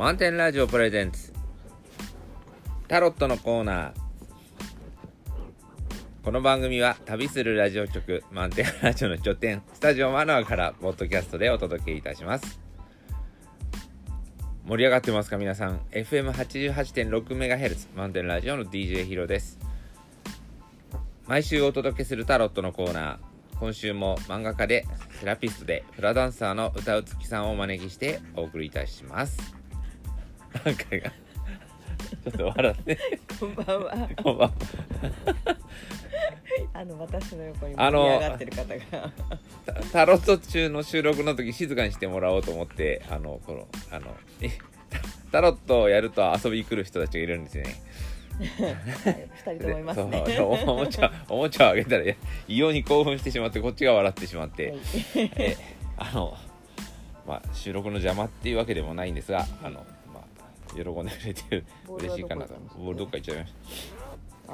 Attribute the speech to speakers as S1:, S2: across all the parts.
S1: 満点ラジオプレゼンツタロットのコーナー。この番組は旅するラジオ局満点ラジオの拠点スタジオマナーからポッドキャストでお届けいたします。盛り上がってますか皆さん。 FM88.6MHz 満点ラジオの DJ ヒロです。毎週お届けするタロットのコーナー、今週も漫画家でセラピストでフラダンサーの歌うつきさんをお招きしてお送りいたします。なんかがちょっと笑って
S2: こんばんは。
S1: こんばんは。
S2: 私の横に盛り上がってる方が
S1: タロット中の収録の時静かにしてもらおうと思ってタロットをやると遊びに来る人たちがいるんですよね。
S2: 2人ともいますね。
S1: そうおもちゃをあげたら異様に興奮してしまってこっちが笑ってしまって、収録の邪魔っていうわけでもないんですが、喜んでくれてる嬉しいかなと。ボールどっか行っちゃいました。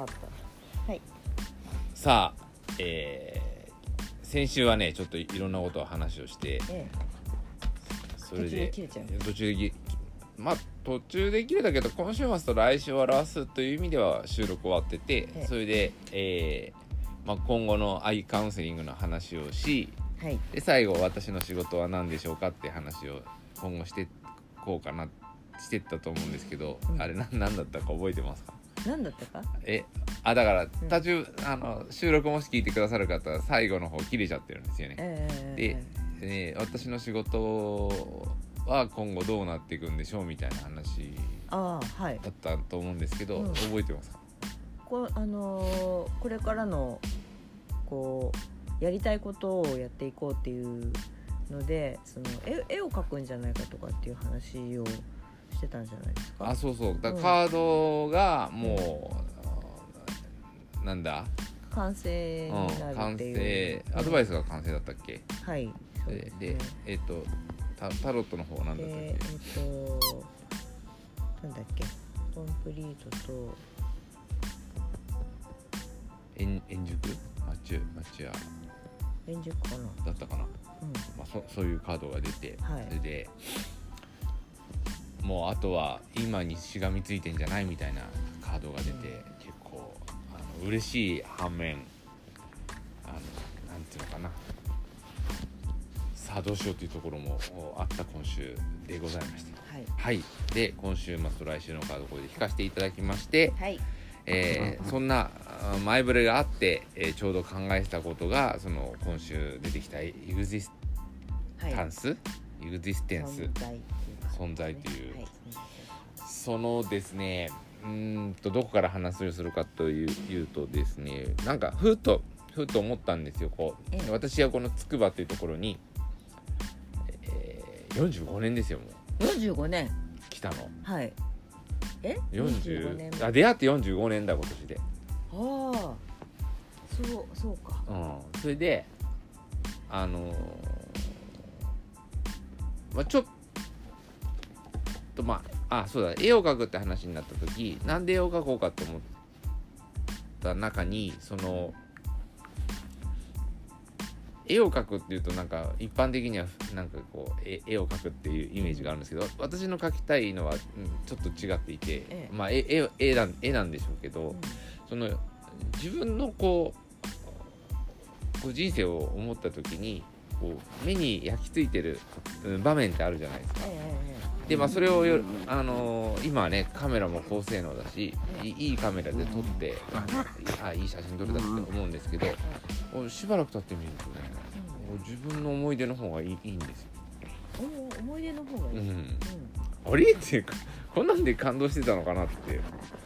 S2: あった。はい。
S1: さあ、先週はねちょっといろんなことを話をして、それで途中で切れたけど今週末と来週を表すという意味では収録終わってて、それで、今後のアイカウンセリングの話をし、で最後私の仕事は何でしょうかって話を今後してこうかなしてったと思うんですけど、あれ何だったか覚えてますか？
S2: 何だったか？
S1: だから途中、収録もし聞いてくださる方は最後の方切れちゃってるんですよね。で、私の仕事は今後どうなっていくんでしょうみたいな話だったと思うんですけど、覚えてますか？
S2: これからのやりたいことをやっていこうっていうので、その絵を描くんじゃないかとかっていう話をしてたんじゃないですか？
S1: そうだからカードがもう、なんだ
S2: 完成になるっていう、
S1: アドバイスが完成だったっけ？
S2: はい。
S1: でタロットの方は何だったっけ？
S2: なんだっけ？コンプリートと
S1: 円熟マチュア
S2: 円熟かな
S1: だったかな、そういうカードが出て、それでもうあとは今にしがみついてんじゃないみたいなカードが出て、結構嬉しい反面なんていうのかな、さあどうしようというところもあった今週でございました。で今週末と来週のカードこれで引かせていただきまして、そんな前触れがあって、ちょうど考えてたことがその今週出てきたエグジステンス存在という、そのですね、どこから話をするかというとですね、なんかふと思ったんですよ。私はこの筑波というところに、45年ですよ。もう
S2: 45年
S1: 来たの。
S2: 45年
S1: 出会って45年だ今年で。
S2: そうか。
S1: それでちょっとそうだ、絵を描くって話になった時、なんで絵を描こうかと思った中に、その絵を描くっていうとなんか一般的にはなんか絵を描くっていうイメージがあるんですけど、私の描きたいのはちょっと違っていて、絵なんでしょうけど、その自分の人生を思った時に目に焼き付いてる場面ってあるじゃないですか。でそれを今はねカメラも高性能だし、いいカメラで撮っていい写真撮れたって思うんですけど、しばらく経ってみるとね、自分の思い出の方がいいんですよ。
S2: 思い出の方がいい。
S1: あれっていうか、こんなんで感動してたのかなって。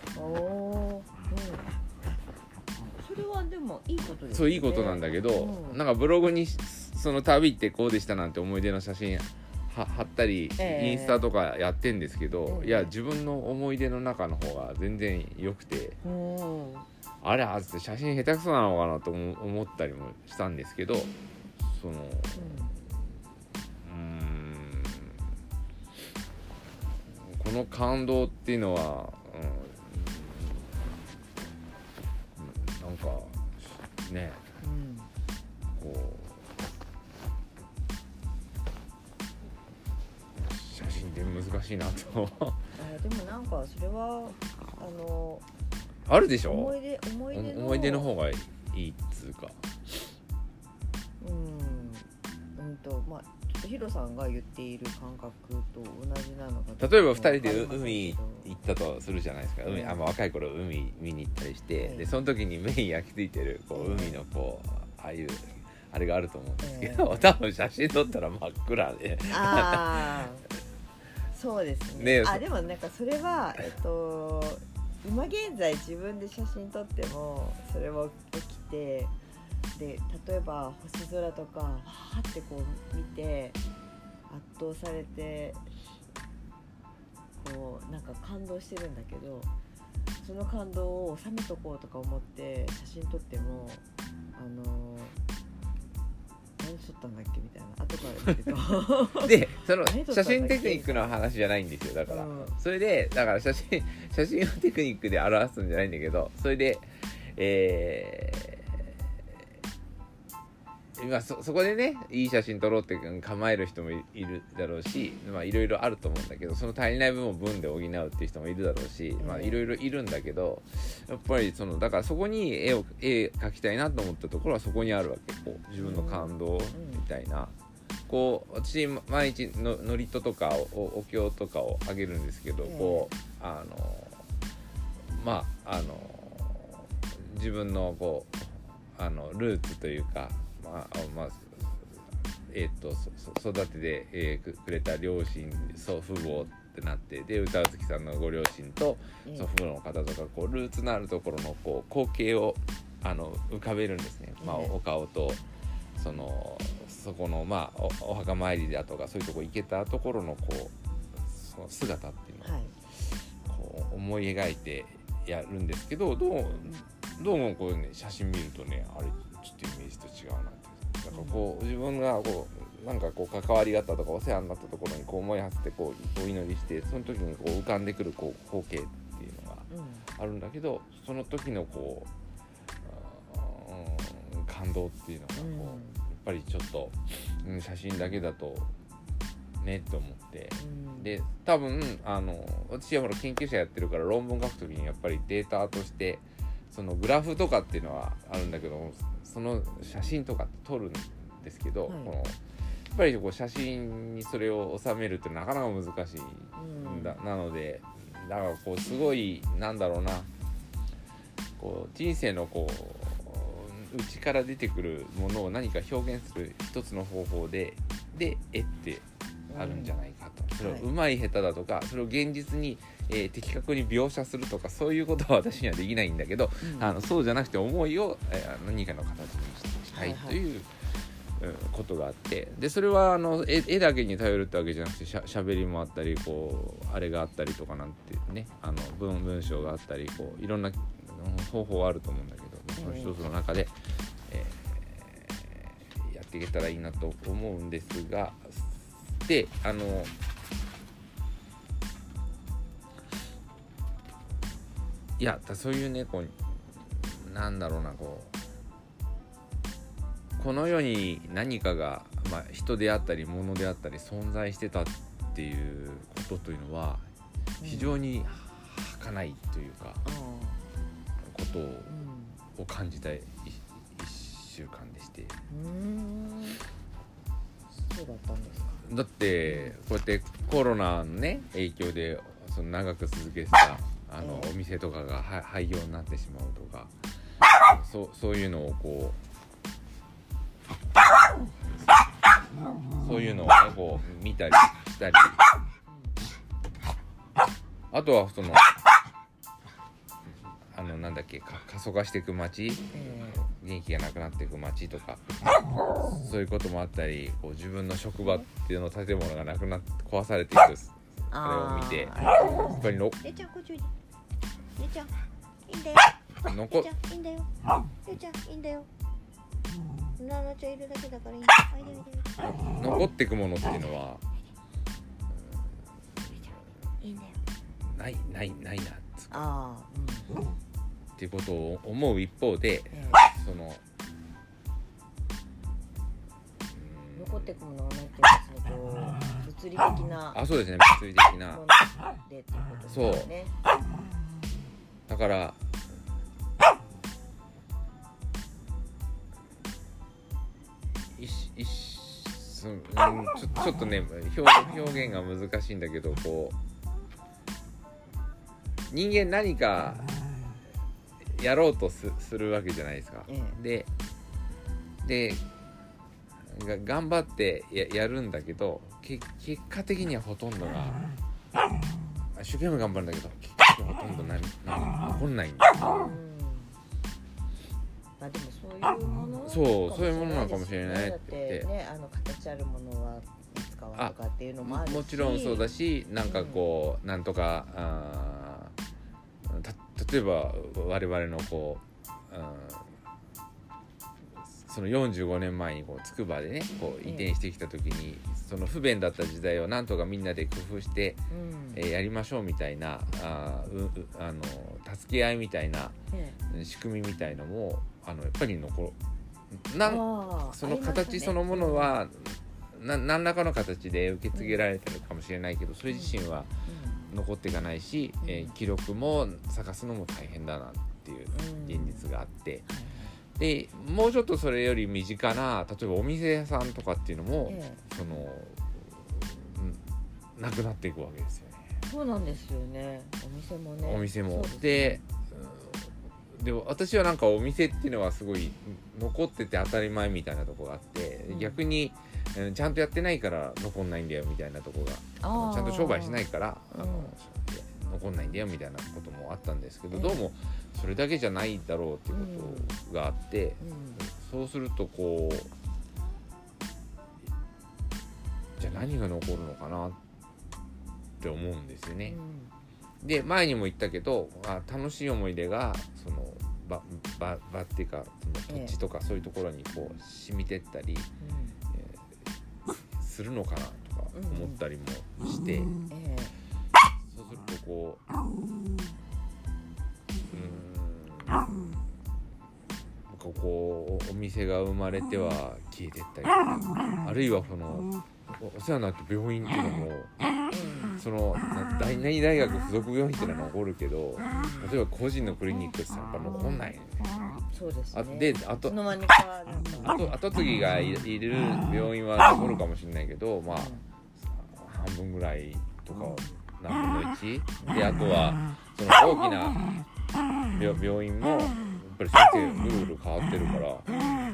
S2: それはでもいいことですね。
S1: そういいことなんだけど、なんかブログにその旅ってこうでしたなんて思い出の写真貼ったり、インスタとかやってんですけど、いや自分の思い出の中の方が全然良くて、あれって写真下手くそなのかなと思ったりもしたんですけど、そのこの感動っていうのは、なんかね、写真って難しいなと
S2: でもなんかそれは
S1: あるでしょ。
S2: 思い出
S1: の方がいいっつうか、
S2: まあちょっとヒロさんが言っている感覚と同じなのか、
S1: 例えば2人で海行ったとするじゃないですか。若い頃海見に行ったりして、でその時に目に焼き付いてるこう海のこうああいうあれがあると思うんですけど、多分写真撮ったら真っ暗で
S2: そうですね。でもなんかそれは今現在自分で写真撮ってもそれは起きて、で例えば星空とかはってこう見て圧倒されてこうなんか感動してるんだけど、その感動を収めとこうとか思って写真撮っても何撮ったんだっけみたいな後から見ると
S1: でその写真テクニックの話じゃないんですよ。だから、それでだから写真をテクニックで表すんじゃないんだけど、それで今そこでねいい写真撮ろうって構える人もいるだろうし、いろいろあると思うんだけど、その足りない部分を文で補うっていう人もいるだろうし、いろいろいるんだけど、やっぱりだからそこに絵描きたいなと思ったところはそこにあるわけ。こう自分の感動みたいな、こう私毎日の祝詞とかお経とかをあげるんですけど、こう自分のこうルーツというか、育てて、くれた両親祖父母ってなって、で歌うつきさんのご両親と祖父母の方とかこうルーツのあるところのこう光景を浮かべるんですね。お顔とそこのお墓参りだとかそういうとこ行けたところのこうその姿っていうのをこう思い描いてやるんですけど、どうもこうね写真見るとね、あれちょっとイメージと違うなって、なんかこう自分がこうなんかこう関わりがあったとかお世話になったところにこう思いはせてこうお祈りして、その時にこう浮かんでくるこう光景っていうのがあるんだけど、その時のこう、感動っていうのがこう、やっぱりちょっと、写真だけだとねって思って、で多分私は研究者やってるから論文書く時にやっぱりデータとしてそのグラフとかっていうのはあるんだけど、その写真とかって撮るんですけど、やっぱりこう写真にそれを収めるってなかなか難しいんだ、なのでだからこうすごいなんだろうな、こう人生のこう内から出てくるものを何か表現する一つの方法で絵ってあるんじゃないかと、それを上手い下手だとかそれを現実に、的確に描写するとかそういうことは私にはできないんだけど、そうじゃなくて思いを、何かの形にしたいという、ことがあって、でそれは絵だけに頼るってわけじゃなくてしゃべりもあったりこうあれがあったりとかなんてね、文章があったりこういろんな方法はあると思うんだけど、その一つの中で、やっていけたらいいなと思うんですが、でいやそういうねこうなんだろうなこの世に何かが、人であったり物であったり存在してたっていうことというのは非常に儚いというか、ことを感じた1週間でして。
S2: そうだったんですか。
S1: だってこうやってコロナのね影響でその長く続けてたお店とかが廃業になってしまうとか、そういうのをこうそういうのをねこう見たりしたり、あとはそのなんだっけ過疎化していく街、元気がなくなっていく街とかそういうこともあったり、こう自分の職場っていうの建物がなくなって壊されていくあれを見て、やっぱり
S3: 姉ちゃんこっちおいで、姉ちゃんいいんだよ、姉ちゃんいいんだよ、姉ちゃんいいんだよ、ナナちゃんいるだけだからいいんだよ、
S1: 残っていくものっていうのは、
S3: いいんだよ、
S1: ないなっていうことを思う一方で、その
S2: 残っっていくものがないっていうか、そのこう物理的な
S1: そうですね、物理的な
S2: ものでっていうことですよね。
S1: だからちょっとね表現が難しいんだけど、こう人間何かやろうとするわけじゃないですか、で頑張ってやるんだけど、結果的にはほとんどが一生懸命頑張るんだけど、結果的にほとんど残んないんだよ。
S2: まあでもそういうもの、
S1: そういうものなのかもしれない
S2: だってね、形あるものはいつかはとかっていうのもあるし、
S1: もちろんそうだし、なんかこう、なんとか例えば我々のこう、その45年前にこう筑波でねこう移転してきた時に、その不便だった時代をなんとかみんなで工夫して、やりましょうみたいな助け合いみたいな仕組みみたいのもやっぱりその形そのものは何らかの形で受け継げられてるかもしれないけど、それ自身は残っていかないし、記録も探すのも大変だなっていう現実があって、でもうちょっとそれより身近な、例えばお店屋さんとかっていうのも、なくなっていくわけですよね。
S2: そうなんですよね。お店も
S1: で私はなんかお店っていうのはすごい残ってて当たり前みたいなとこがあって、逆にちゃんとやってないから残んないんだよみたいなとこが、ちゃんと商売しないから残んないんだよみたいなこともあったんですけど、どうもそれだけじゃないだろうっていうことがあって、そうするとこうじゃあ何が残るのかなって思うんですよね。で前にも言ったけど、楽しい思い出がその場っていうかその土地とかそういうところにこう染みてったり、するのかなとか思ったりもして、そうするとこうこうお店が生まれては消えてったりとか、あるいはそのお世話になった病院っていうのも、その大学附属病院っていうのは残るけど、例えば個人のクリニックってやっぱ残んないよね。
S2: そうですね。
S1: で後継ぎがいる病院は残るかもしれないけど、まあ半分ぐらいとか何分の1で、あとはその大きな病院もやっぱり先生がぐるぐる変わってるから、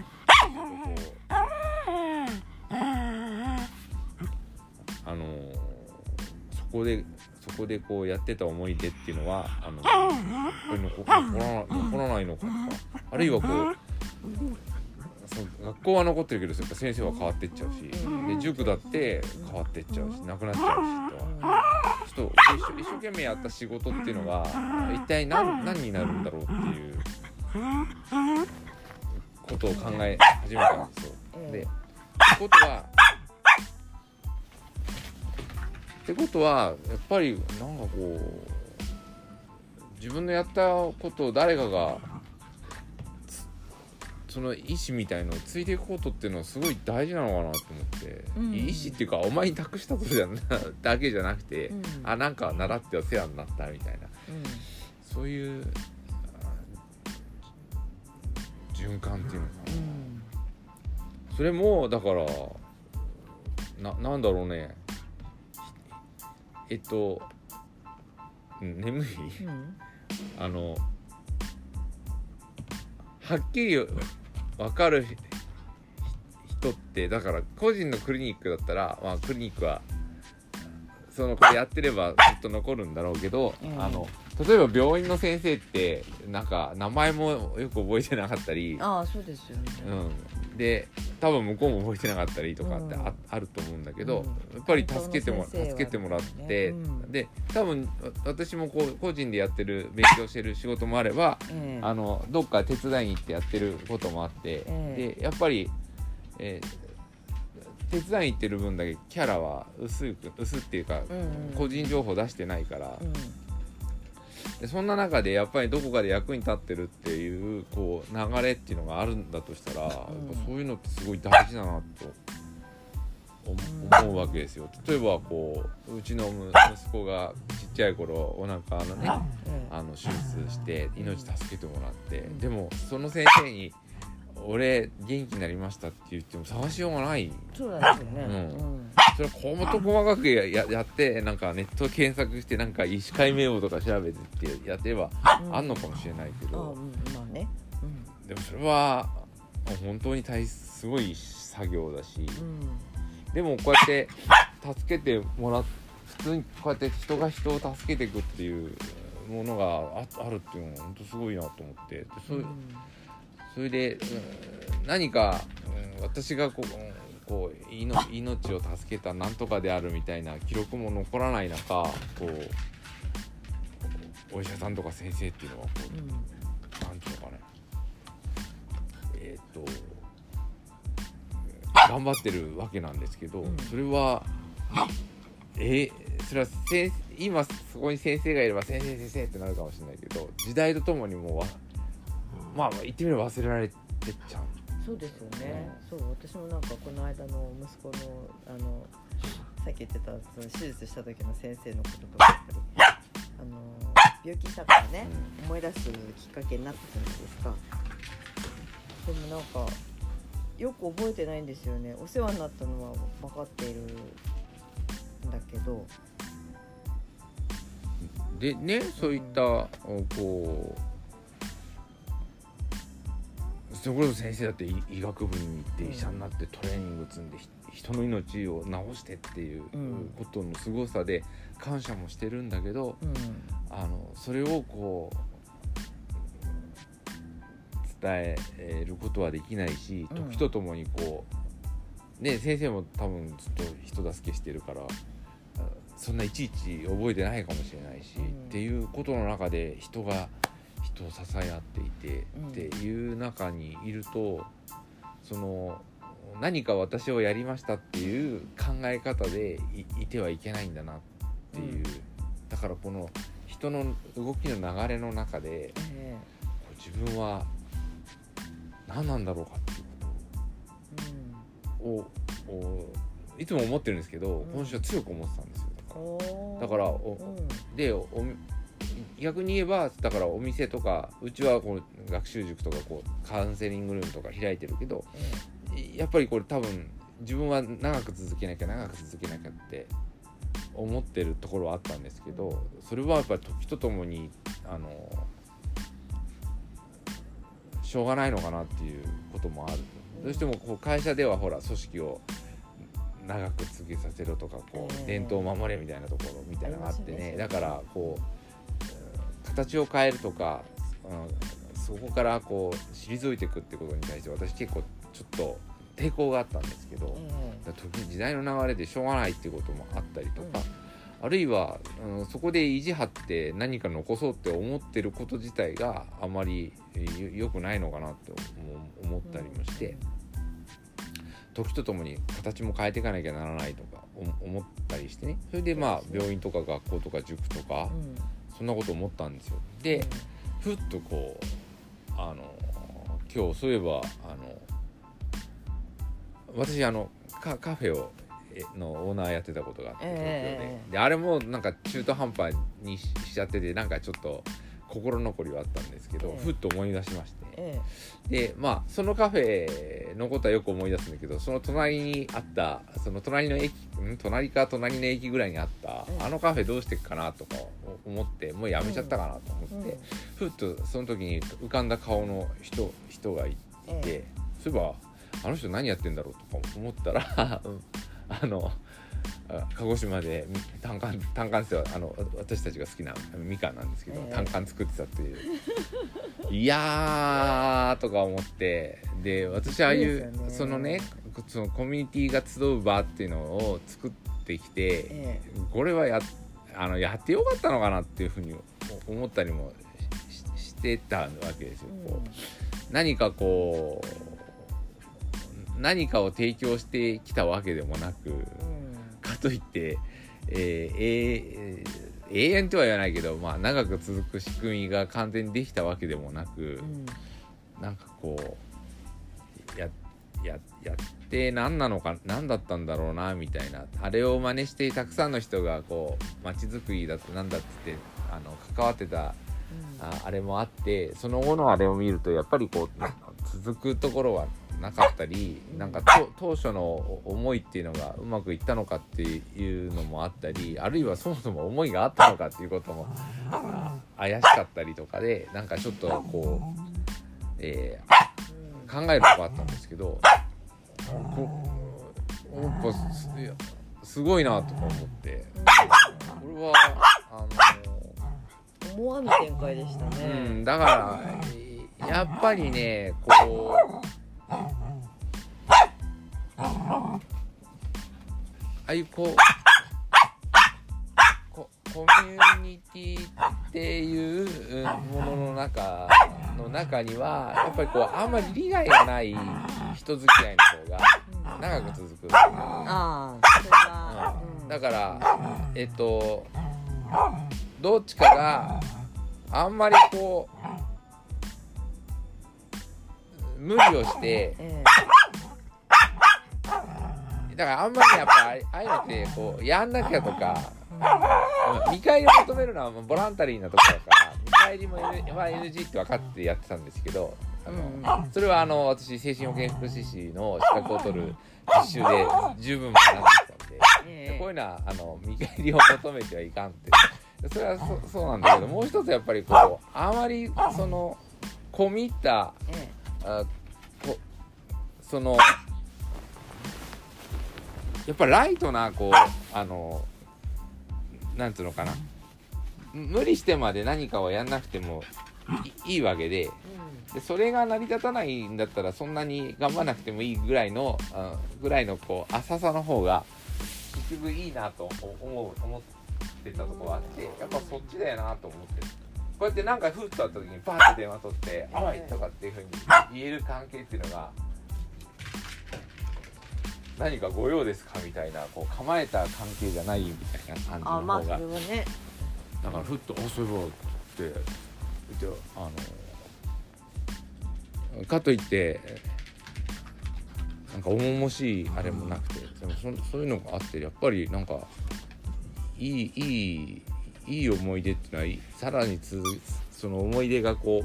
S1: そこでこうやってた思い出っていうのはこれ残らないのかとか、あるいはこう学校は残ってるけどやっぱ先生は変わってっちゃうし、で塾だって変わってっちゃうし、なくなっちゃうしと、ちょっと一生懸命やった仕事っていうのが一体何になるんだろうっていうことを考え始めたんですよ。でってことはやっぱりなんかこう自分のやったことを誰かがその意思みたいのをついていくことっていうのはすごい大事なのかなと思って、意思っていうかお前に託したことだけじゃなくて、なんか習ってお世話になったみたいな、そういう循環っていうのかな、それもだからなんだろうね、眠い、はっきり分かる人って、だから個人のクリニックだったら、クリニックはこれやってればずっと残るんだろうけど、例えば病院の先生ってなんか名前もよく覚えてなかったり、
S2: そうですよね、
S1: で多分向こうも覚えてなかったりとかってあると思うんだけど、やっぱり助けてもらって、で多分私もこう個人でやってる勉強してる仕事もあれば、どっか手伝いに行ってやってることもあって、でやっぱり、手伝いに行ってる分だけキャラは薄っていうか、個人情報出してないから、でそんな中でやっぱりどこかで役に立ってるっていうこう流れっていうのがあるんだとしたら、やっぱそういうのってすごい大事だなと思うわけですよ。例えばこううちの息子がちっちゃい頃お腹のね手術して命助けてもらって、でもその先生に俺元気になりましたって言っても探しようがない。
S2: そうなんですよね、
S1: それは細かくやってなんかネット検索してなんか医師会名簿とか調べてってやってればあんのかもしれないけど、
S2: まあね、
S1: でもそれは本当にすごい作業だし、でもこうやって助けてもらっ普通にこうやって人が人を助けていくっていうものがあるっていうのは本当すごいなと思って、それで、何か、私がこう命を助けたなんとかであるみたいな記録も残らない中、こうお医者さんとか先生っていうのはこう、なんていうのかね、頑張ってるわけなんですけど、それはそれは今そこに先生がいれば先生ってなるかもしれないけど、時代とともにもうまあ言ってみれば忘れられてっちゃう。
S2: そうですよね、そう私もなんかこの間の息子のさっき言ってたその手術した時の先生のこととかやっぱり病気したからね、思い出すきっかけになったじゃないですか。でもなんかよく覚えてないんですよね。お世話になったのは分かっているんだけど、
S1: でね、そういったこうそれこそ先生だって医学部に行って医者になってトレーニング積んで人の命を治してっていうことのすごさで感謝もしてるんだけど、それをこう伝えることはできないし、時とともにこうね、先生も多分ずっと人助けしてるからそんないちいち覚えてないかもしれないし、っていうことの中で人が人を支え合っていて、っていう中にいると、その何か私をやりましたっていう考え方で いてはいけないんだなっていう、だからこの人の動きの流れの中で、自分は何なんだろうかっていうことを、いつも思ってるんですけど、今週は強く思ってたんですよ。だから逆に言えば、だからお店とかうちはこう学習塾とかこうカウンセリングルームとか開いてるけど、やっぱりこれ多分自分は長く続けなきゃって思ってるところはあったんですけど、それはやっぱり時とともにしょうがないのかなっていうこともある。どうしてもこう会社ではほら組織を長く続けさせろとかこう伝統を守れみたいなところみたいなのがあってね、だからこう形を変えるとか、そこからこう退いていくってことに対して私結構ちょっと抵抗があったんですけど、時に時代の流れでしょうがないっていうこともあったりとか、あるいは、そこで意地張って何か残そうって思ってること自体があまり良くないのかなって思ったりもして、時とともに形も変えていかなきゃならないとか思ったりしてね、それでまあ病院とか学校とか塾とか、そんなこと思ったんですよ。でふっとこう今日そういえば私カフェのオーナーやってたことがあって、東京であれもなんか中途半端にしちゃってて、なんかちょっと心残りはあったんですけど、ふっと思い出しまして、でまあそのカフェのことはよく思い出すんだけど、その隣にあったその隣の駅隣の駅ぐらいにあったあのカフェどうしていくかなとか思って、もうやめちゃったかなと思って、ふっとその時に浮かんだ顔の人がいて、そういえばあの人何やってんだろうとか思ったら鹿児島で単管ですよ、私たちが好きなみかんなんですけど、単管作ってたっていういやーとか思って、で私ああいうそのね、そのコミュニティが集う場っていうのを作ってきて、これはやってよかったのかなっていうふうに思ったりも してたわけですよ。こう何かこう何かを提供してきたわけでもなく、かといって、永遠とは言わないけど、まあ、長く続く仕組みが完全にできたわけでもなく、なんかこうやっって何なのか、何だったんだろうなみたいな、あれを真似してたくさんの人がこう街づくりだとなんだっつって関わってたあれもあって、その後のあれを見るとやっぱりこう続くところはなかったり、なんか当初の思いっていうのがうまくいったのかっていうのもあったり、あるいはそもそも思いがあったのかっていうことも怪しかったりとかで、なんかちょっとこう、考えるとこあったんですけど、やっぱすごいなとか思って、これは
S2: 思わぬ展開でしたね。
S1: だからやっぱりね、こうああいうコミュニティっていうものの中にはやっぱりこうあんまり利害がない人付き合いの方が長く続く。
S2: ああ、それは、
S1: だからどっちかがあんまりこう無理をして、だからあんまりやっぱああいうのってこうやんなきゃとか、見返りを求めるのはボランタリーなところだから見返りも NG って分かってやってたんですけど、それは私精神保健福祉士の資格を取る実習で十分学んできたんで、こういうのは見返りを求めてはいかんって、それはそうなんだけど、もう一つやっぱりこうあまりその込み入ったそのやっぱライトなこうなんつうのかな、無理してまで何かをやんなくてもいいわけで、それが成り立たないんだったらそんなに頑張らなくてもいいぐらいのこう浅さの方が結局いいなと思ってたところがあって、やっぱそっちだよなと思ってる。こうやってなんかふっとあった時にパーッと電話取って「あい」とかっていう風に言える関係っていうのが何かご用ですかみたいな、こう構えた関係じゃないみたいな感じの方が、
S2: まあそれはね、
S1: だからふっと「あ、そういえば」ってかといってなんか重々しいあれもなくて、でもそういうのがあって、やっぱりなんかいい思い出っていうのはさらにその思い出がこう、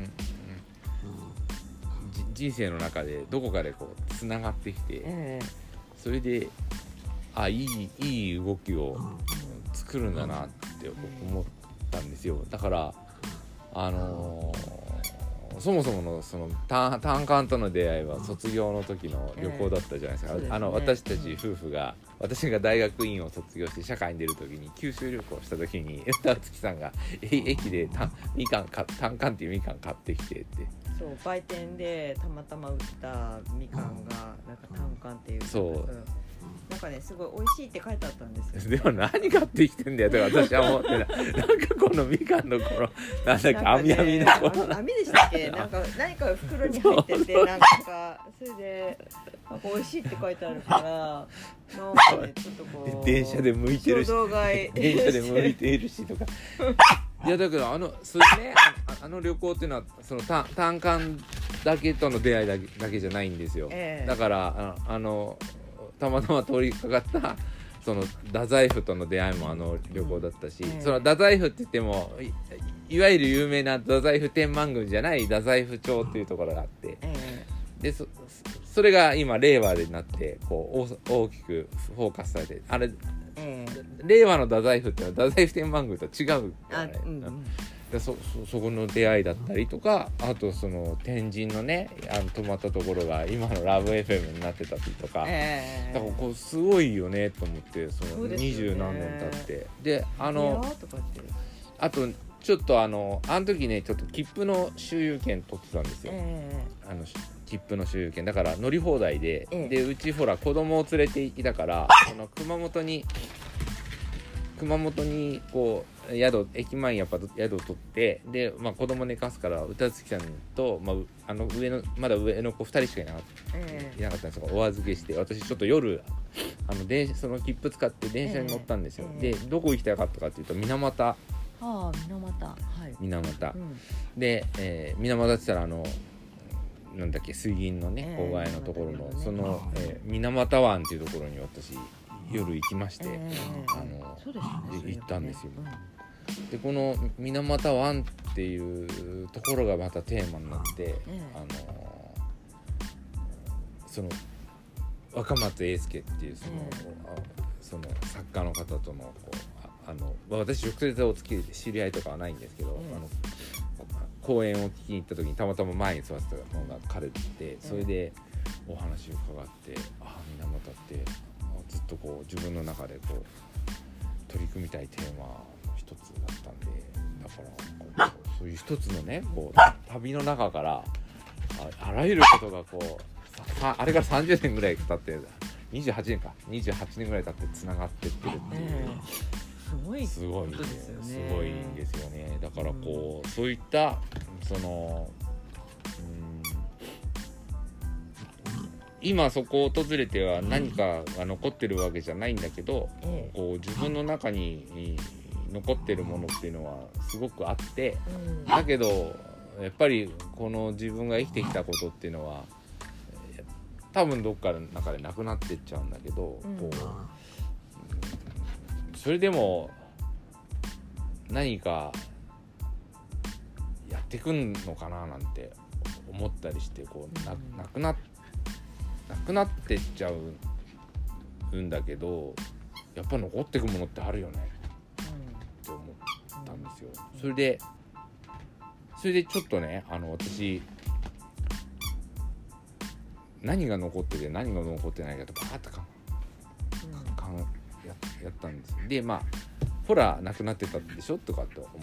S1: 人生の中でどこかでこうつながってきて、それでいい動きを作るんだなって思ったんですよ。だからそもそものその単管との出会いは卒業の時の旅行だったじゃないですか。私たち夫婦が、私が大学院を卒業して社会に出る時に九州旅行した時に田月さんが駅で単管っていうみかん買ってきてって、
S2: そう売店でたまたま売ったみかんがなんか単管っていう、
S1: そう
S2: なんかねすごい美味しいって書いてあったんですよ。
S1: でも何買ってきてんだよとか私は思ってない。なんかこのみかんの頃なんだっけ、網の頃
S2: 網でしたっけ、なんか何か袋に入っててなんかそれでなんか美味しいって書いてあるからなんかねちょっとこう
S1: 電車で向いてるし電車で向いているしとかいやだけどそれね旅行っていうのはその単管だけとの出会いだけじゃないんですよ、だからたまたま通りかかったその太宰府との出会いも旅行だったし、その太宰府って言っても いわゆる有名な太宰府天満宮じゃない太宰府町っていうところがあって、でそれが今令和になってこう大きくフォーカスされて、あれ、令和の太宰府ってのは太宰府天満宮とは違うからね、でそこの出会いだったりとか、あとその天神のね泊まったところが今のラブ FM になってたりとか、だからこうすごいよねと思って、その20何年経ってであとちょっとあの時ねちょっと切符の周遊券取ってたんですよ、切符の周遊券だから乗り放題で、でうちほら子供を連れていたからその熊本にこう駅前にやっぱ宿を取って、で、子供寝かすから歌月さんと、まだ上の子2人しかいなかったんですが、お預けして、私ちょっと夜その切符使って電車に乗ったんですよ、でどこ行きたかったかっていうと水俣、水俣、で、水俣って言ったらなんだっけ水銀のね郊外のところの、その、水俣湾っていうところに私夜行きまして、行ったんですよ。でこの水俣湾っていうところがまたテーマになって、その若松英輔っていうその作家の方との私直接お付き合いで知り合いとかはないんですけど、講演を聞きに行った時にたまたま前に座ってたのが彼で、それでお話を伺って、水俣ってずっとこう自分の中でこう取り組みたいテーマの一つだったんで、だからそういう一つのねこう旅の中からあらゆることがこうあれから30年ぐらい経って28年ぐらい経ってつながってってるっていう、すごいんですよね。だからこうそういったその今そこを訪れては何かが残ってるわけじゃないんだけど、こう自分の中に残ってるものっていうのはすごくあって、だけどやっぱりこの自分が生きてきたことっていうのは多分どっかの中でなくなってっちゃうんだけど、こうそれでも何かやってくんのかななんて思ったりして、こうなくなってっちゃうんだけど、やっぱ残ってくものってあるよねって思ったんですよ。それでちょっとね私何が残ってて何が残ってないかとパーッとやったんです。でほら亡くなってたでしょとかって思って、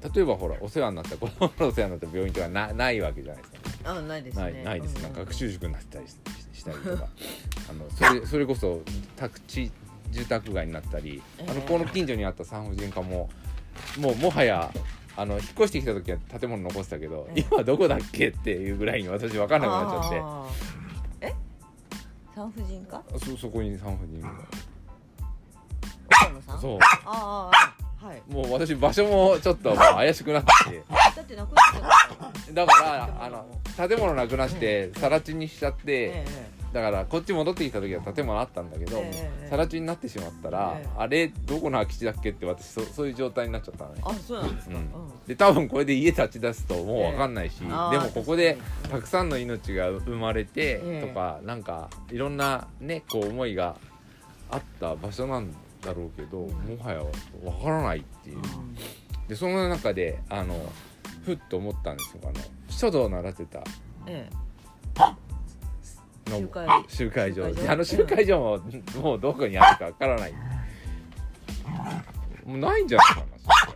S1: 例えばほらお世話になった子供のお世話になった病院とかないわけじゃないですかね。
S2: ないですね。
S1: ないです。なんか学習塾になったりしたりとかそれこそ宅地住宅街になったり、この近所にあった産婦人科ももはや引っ越してきた時は建物残してたけど、今どこだっけっていうぐらいに私分かんなくなっちゃって。
S2: 産婦人科？
S1: そこに産婦人科。
S2: 岡野さん？
S1: そう。
S2: はい。
S1: もう私場所もちょっと怪しくなって。
S2: だってなくなっちゃった。
S1: だから建物なくなって更地にしちゃって、だからこっち戻ってきた時は建物あったんだけど、更地になってしまったら、あれどこの空き地だっけって私そういう状態になっちゃったのね。
S2: そうなんですか。
S1: で多分これで家立ち出すともう分かんないし、でもここでたくさんの命が生まれてとか、なんかいろんなねこう思いがあった場所なんだろうけど、もはや分からないっていう。でその中でふっと思ったんですよ。書道を習ってた、集会場集会場もうどこにあるか分からない、もうないんじゃないかな。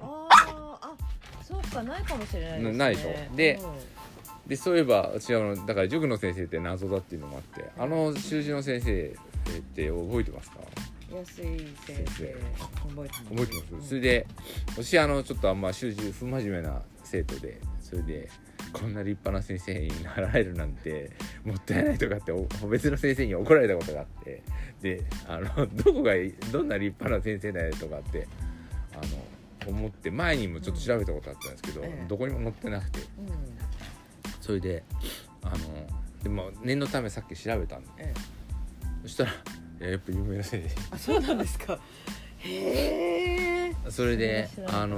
S2: そうか、ないかもしれないですね。
S1: ないでしょ。でそういえば私だから塾の先生って謎だっていうのもあって、習字の先生って覚えてますか？
S2: 安井先生覚えてます。
S1: それで私ちょっとあんま習字不真面目な生徒で、それでこんな立派な先生になられるなんてもったいないとかって別の先生に怒られたことがあって、でどんな立派な先生だよとかって思って、前にもちょっと調べたことあったんですけど、どこにも載ってなくて、それででも念のためさっき調べたんで、そしたらやっぱ有名な先生。
S2: そうなんですか。へえ。
S1: それで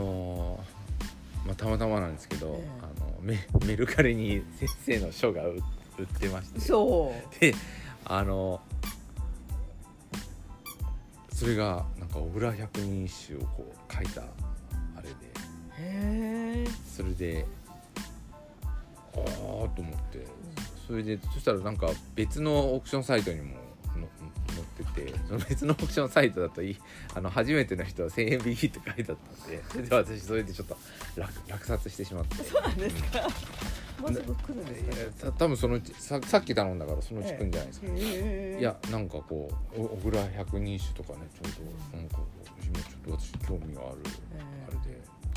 S1: たまたまなんですけど、メルカリに先生の書が売ってまして、でそれがなんか小倉百人一首をこう書いたあれで、それでと思って、そしたらなんか別のオークションサイトにも載ってて、その別のオークションサイトだと初めての人は1000円引きって書いてあったんで、それで私それでちょっと落札してしまって。
S2: そうなんですか。もうすぐ来るんですか？
S1: 多分そのうちさっき頼んだからそのうち来るんじゃないですか。いやなんかこう小倉百人一首とかね、ちょうどなんか今ちょっと私興味があるあれで、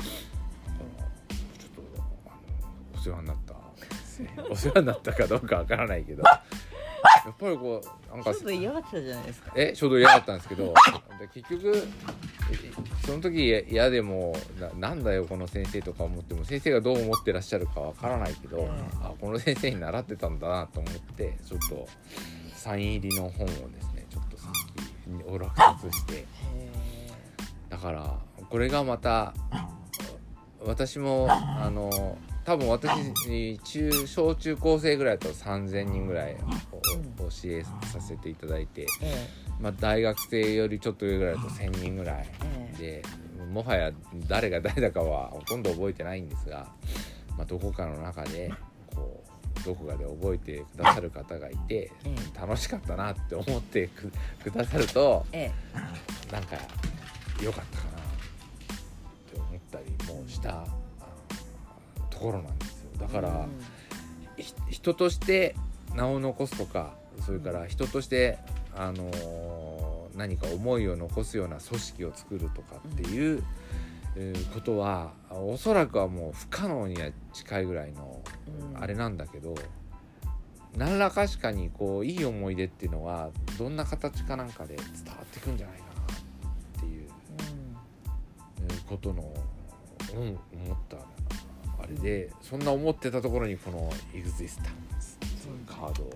S1: ちょっとお世話になったお世話になったかどうかわからないけど、やっぱりこうなんか
S2: 書道嫌がってたじゃないですか。
S1: 書道嫌だったんですけど、で結局その時嫌でもなんだよこの先生とか思っても先生がどう思ってらっしゃるかわからないけど、あこの先生に習ってたんだなと思ってちょっとサイン入りの本をですねちょっとさっきを落札して、だからこれがまた私も多分私小中高生ぐらいだと3000人ぐらい教えさせていただいて、まあ、大学生よりちょっと上ぐらいだと1000人ぐらいで、もはや誰が誰だかはほとんど覚えてないんですが、まあ、どこかの中でこうどこかで覚えてくださる方がいて、楽しかったなって思ってくださると、なんか良かったかなって思ったりもしたところなんですよ。だから、人として名を残すとか、それから人として何か思いを残すような組織を作るとかっていう、ことはおそらくはもう不可能には近いぐらいのあれなんだけど、何らかしかにこういい思い出っていうのはどんな形かなんかで伝わってくんじゃないかなっていう、ことの、思ったあれで、そんな思ってたところにこのエグゼスタンスというカードを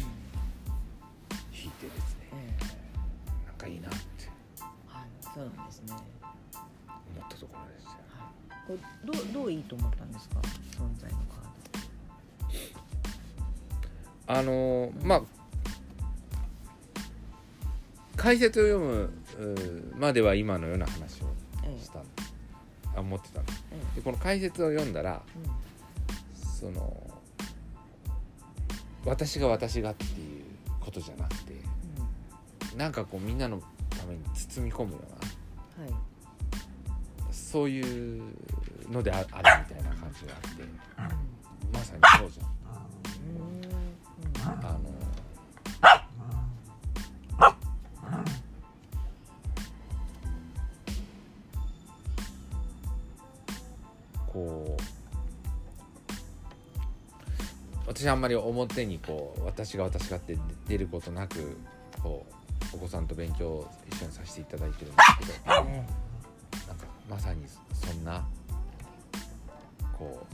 S1: 引いてですね、なんかいいなって、
S2: そうなんですね、
S1: 思ったところですよ。
S2: これどういいと思ったんですか、存在のカード。
S1: まあ解説を読むまでは今のような話をしたんです、思ってたんです、でこの解説を読んだら、その私がっていうことじゃなくて、なんかこうみんなのために包み込むような、そういうのであるみたいな感じがあって、まさにそうじゃん。こう私あんまり表にこう私がって出ることなくこうお子さんと勉強を一緒にさせていただいてるんですけど、なんかまさにそんなこ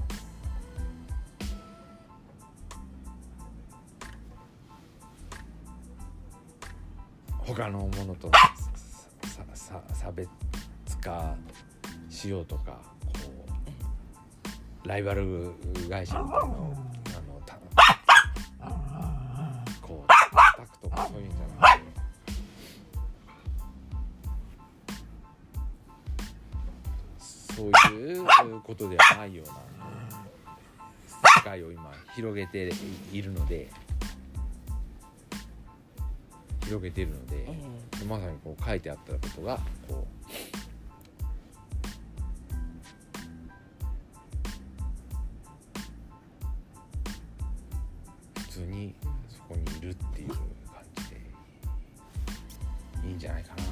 S1: う他のものと差別化しようとか、こうライバル会社みたいなのをこう叩くとかそういうんじゃなくて、そういうことではないような世界を今広げているので、まさにこう書いてあったことがこう普通にそこにいるっていう感じでいいんじゃないかな。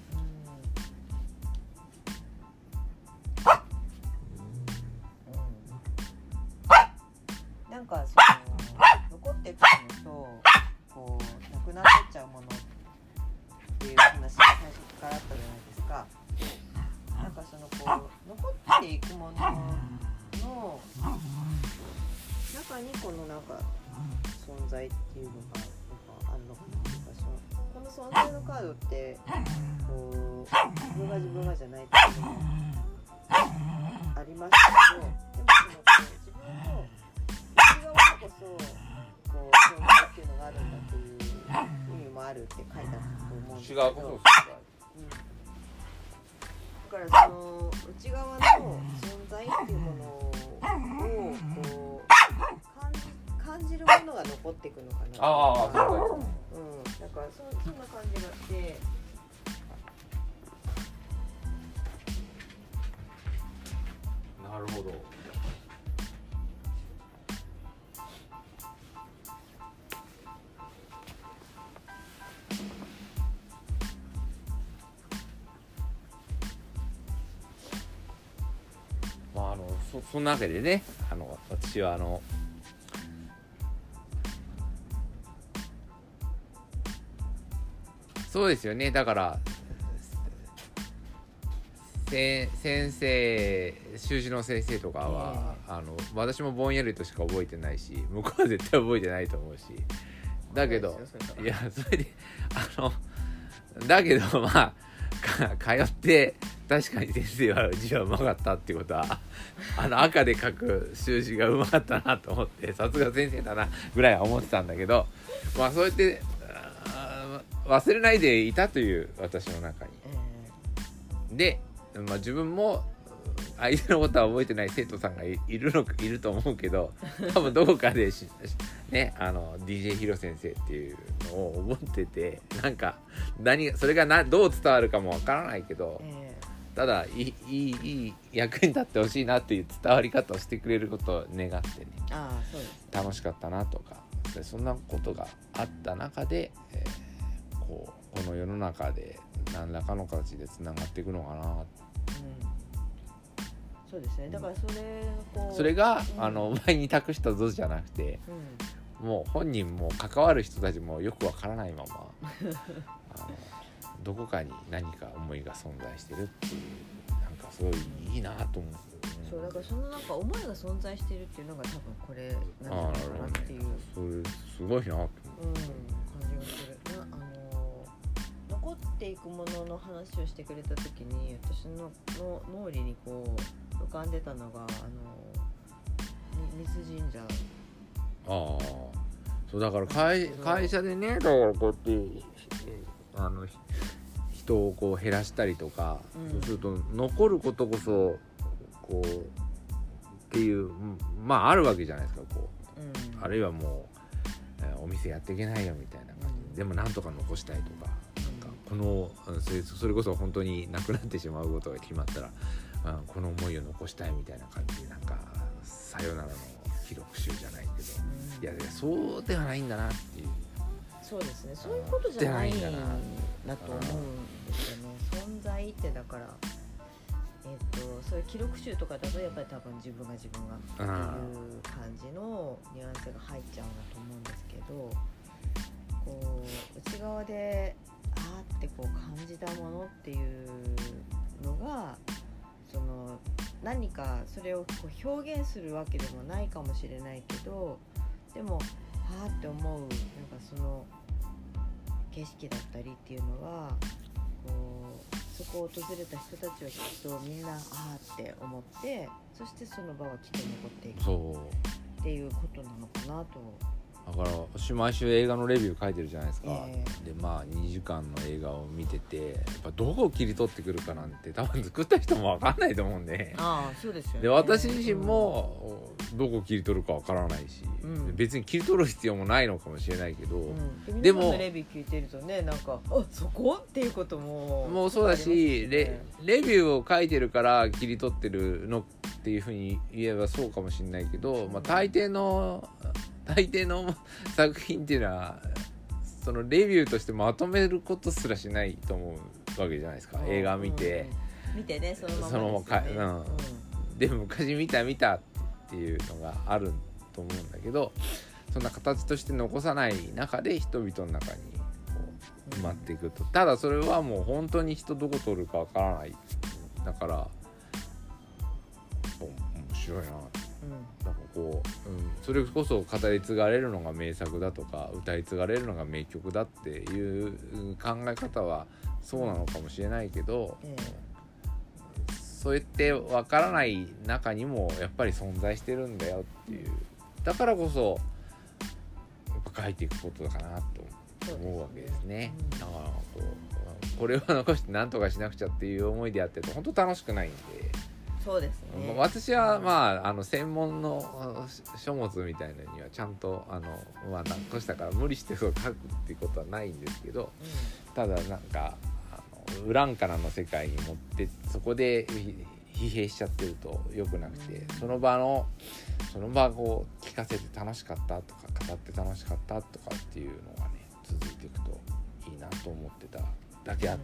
S2: なんかその残っていくものとこうなくなってっちゃうものっていう話が最初からあったじゃないですか。なんかそのこう残っていくものの中にこのなんか存在っていうのがあるのかなっていうか、この存在のカードってこう自分がじゃないっていうのもありますけど、でもその自分の内側こそこう存在っていうのがあるんだっていう意味もあるって書いてあったと思うんですけど、だからその内側の存在っていうものをこう感じるものが残っていくのかなっていうか、だからそんな感じがして、
S1: なるほど。まあそんなわけでね、私はそうですよね。だから先生習字の先生とかは、私もぼんやりとしか覚えてないし向こうは絶対覚えてないと思うしだけどいやそれでだけどまあ通って確かに先生は字はうまかったっていうことは赤で書く習字がうまかったなと思ってさすが先生だなぐらいは思ってたんだけどまあそうやって忘れないでいたという私の中に、で、まあ、自分も相手のことは覚えてない生徒さんがいると思うけど多分どこかでねDJ ヒロ先生っていうのを思っててなんかそれがどう伝わるかもわからないけど、ただいい役に立ってほしいなっていう伝わり方をしてくれることを願ってね、
S2: そうです、
S1: 楽しかったなとかそんなことがあった中で、この世の中で何らかの形でつながっていくのかな、
S2: そうですね。だから
S1: それが、前に託した図じゃなくて、もう本人も関わる人たちもよくわからないままどこかに何か思いが存在してるっていうなんかすごいいいなと思う。
S2: そうだからそのなんか思いが存在してるっていうのが多分これなんじゃないかなっていう、
S1: それすごいなと思う、
S2: 感じがする。残っていくものの話をしてくれた時に私の脳裏にこう浮かんでたのが水神社。
S1: そうだから会社でねだからこうやって人をこう減らしたりとか、そうすると残ることこそこうっていうまああるわけじゃないですかこう、あるいはもう、お店やっていけないよみたいな感じで、でもなんとか残したいとか、それこそ本当になくなってしまうことが決まったら、この思いを残したいみたいな感じでなんかさよならの記録集じゃないけど、いやそうではないんだなっていう。
S2: そうですね、そういうことじゃないんだと思うんですよね。存在ってだからそういう記録集とかだとやっぱり多分自分がっていう感じのニュアンスが入っちゃうんだと思うんですけど、こう内側でってこう感じたものっていうのがその何かそれをこう表現するわけでもないかもしれないけど、でもって思うなんかその景色だったりっていうのはこうそこを訪れた人たちはきっとみんなって思って、そしてその場はきっと残っていくっていうことなのかなと。
S1: だから私毎週映画のレビュー書いてるじゃないですか、でまあ2時間の映画を見ててやっぱどこを切り取ってくるかなんて多分作った人も分かんないと思うんで、
S2: そうですよね。
S1: で私自身もどこを切り取るか分からないし、別に切り取る必要もないのかもしれないけど、
S2: でも皆さんのレビュー聞いてるとねなんかそこっていうことも
S1: うそうだし、レビューを書いてるから切り取ってるのっていうふうに言えばそうかもしれないけど、大抵の作品っていうのはそのレビューとしてまとめることすらしないと思うわけじゃないですか。映画見て
S2: ねそのままですよね。
S1: で昔見たっていうのがあると思うんだけど、そんな形として残さない中で人々の中にこう埋まっていくと、ただそれはもう本当に人どこ取るかわからない。だから面白いな。なんかこう、それこそ語り継がれるのが名作だとか歌い継がれるのが名曲だっていう考え方はそうなのかもしれないけど、そうやって分からない中にもやっぱり存在してるんだよっていう、だからこそやっぱ書いていくことかなと思うわけですね。だからこれを残して何とかしなくちゃっていう思いでやってると本当楽しくないんで。
S2: そうですね。
S1: 私は専門の書物みたいなのにはちゃんと何としたから無理してそう書くっていうことはないんですけど、ただなんかウランカナの世界に持ってそこで疲弊しちゃってると良くなくて、その場を聞かせて楽しかったとか語って楽しかったとかっていうのがね続いていくといいなと思ってただけあって、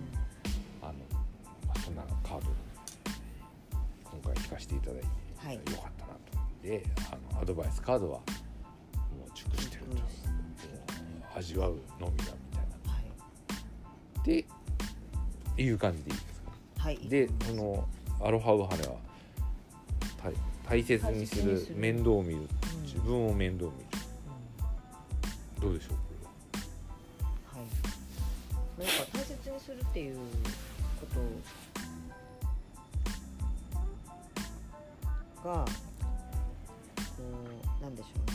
S1: そんなカード今回聞かせていただいてよかったなと思って、アドバイスカードはもう熟してると、味わうのみだみたいな、っていう感じでいいですか。
S2: はい、
S1: でそのアロハウハネは大切にする、面倒を見る、自分を面倒を見る、どうでしょうこ
S2: れは。はい、なんか大切にするっていうことがこうなんでしょうね、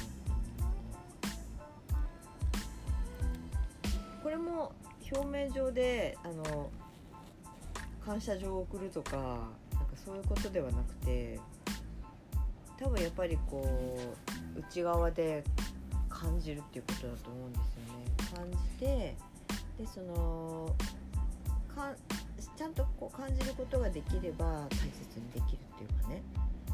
S2: これも表面上で感謝状を送るとか、なんかそういうことではなくて、多分やっぱりこう内側で感じるっていうことだと思うんですよね。感じて、でそのちゃんとこう感じることができれば大切にできるっていうかね。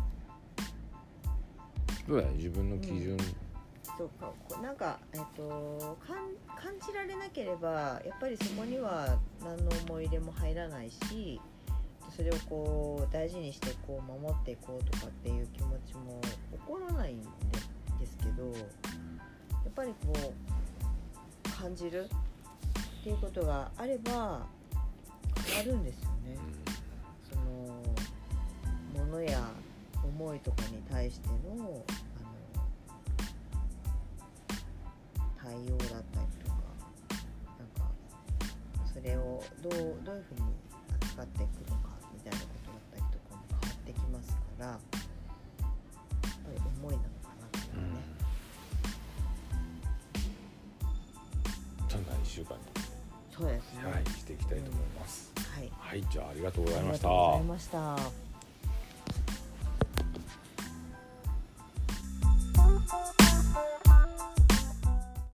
S1: どうや自分の基準、
S2: そうか、なんか、感じられなければやっぱりそこには何の思い入れも入らないし、それをこう大事にしてこう守っていこうとかっていう気持ちも起こらないんですけど、やっぱりこう感じるっていうことがあれば変わるんですよね。そのものや思いとかに対しての対応だったりとか、なんかそれをどういうふうに扱っていくのかみたいなことだったりとかも変わってきますから、やっぱり思いなのかなっていうね、
S1: そんな1週間に
S2: そうですね、
S1: はい、していきたいと思います。
S2: はい、
S1: はい、じゃあありがとうございました。
S2: ありがとうございました。